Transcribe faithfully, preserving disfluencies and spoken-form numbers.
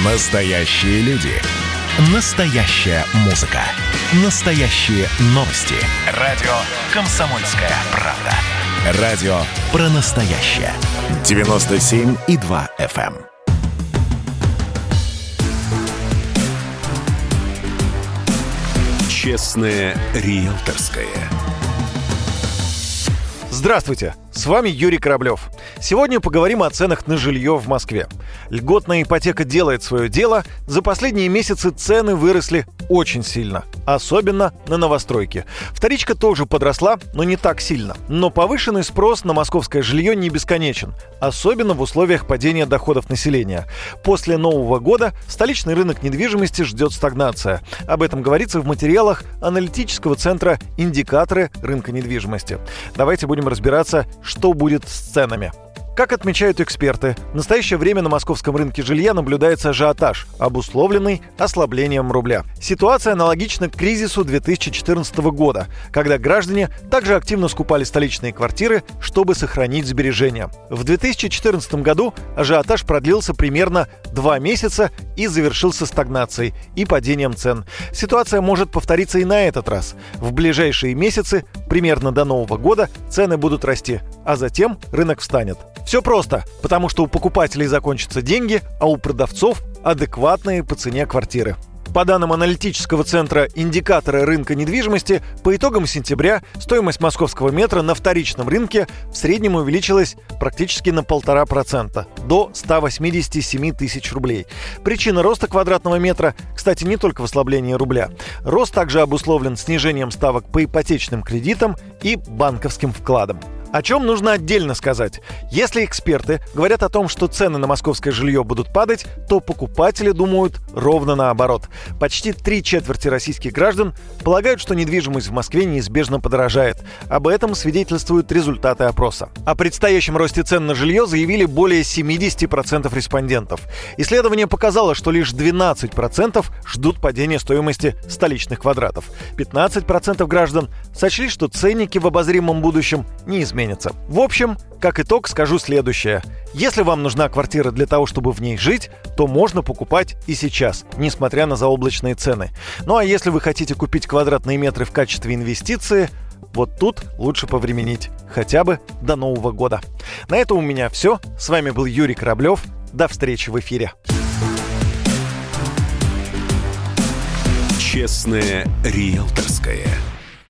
Настоящие люди. Настоящая музыка. Настоящие новости. Радио «Комсомольская правда». Радио про настоящее. девяносто семь и два эф эм. Честное риэлторское. Здравствуйте, с вами Юрий Кораблев. Сегодня поговорим о ценах на жилье в Москве. Льготная ипотека делает свое дело. За последние месяцы цены выросли очень сильно. Особенно на новостройки. Вторичка тоже подросла, но не так сильно. Но повышенный спрос на московское жилье не бесконечен. Особенно в условиях падения доходов населения. После Нового года столичный рынок недвижимости ждет стагнация. Об этом говорится в материалах аналитического центра «Индикаторы рынка недвижимости». Давайте будем разбираться, что будет с ценами. Как отмечают эксперты, в настоящее время на московском рынке жилья наблюдается ажиотаж, обусловленный ослаблением рубля. Ситуация аналогична к кризису две тысячи четырнадцатого года, когда граждане также активно скупали столичные квартиры, чтобы сохранить сбережения. В две тысячи четырнадцатом году ажиотаж продлился примерно два месяца и завершился стагнацией и падением цен. Ситуация может повториться и на этот раз. В ближайшие месяцы, примерно до Нового года, цены будут расти, а затем рынок встанет. Все просто, потому что у покупателей закончатся деньги, а у продавцов адекватные по цене квартиры. По данным аналитического центра «Индикаторы рынка недвижимости», по итогам сентября стоимость московского метра на вторичном рынке в среднем увеличилась практически на полтора процента, до ста восьмидесяти семи тысяч рублей. Причина роста квадратного метра, кстати, не только в ослаблении рубля. Рост также обусловлен снижением ставок по ипотечным кредитам и банковским вкладам. О чем нужно отдельно сказать. Если эксперты говорят о том, что цены на московское жилье будут падать, то покупатели думают ровно наоборот. Почти три четверти российских граждан полагают, что недвижимость в Москве неизбежно подорожает. Об этом свидетельствуют результаты опроса. О предстоящем росте цен на жилье заявили более семьдесят процентов респондентов. Исследование показало, что лишь двенадцать процентов ждут падения стоимости столичных квадратов. пятнадцать процентов граждан сочли, что ценники в обозримом будущем не изменятся. В общем, как итог скажу следующее. Если вам нужна квартира для того, чтобы в ней жить, то можно покупать и сейчас, несмотря на заоблачные цены. Ну а если вы хотите купить квадратные метры в качестве инвестиции, вот тут лучше повременить, хотя бы до Нового года. На этом у меня все. С вами был Юрий Кораблев. До встречи в эфире. Честное риэлторское.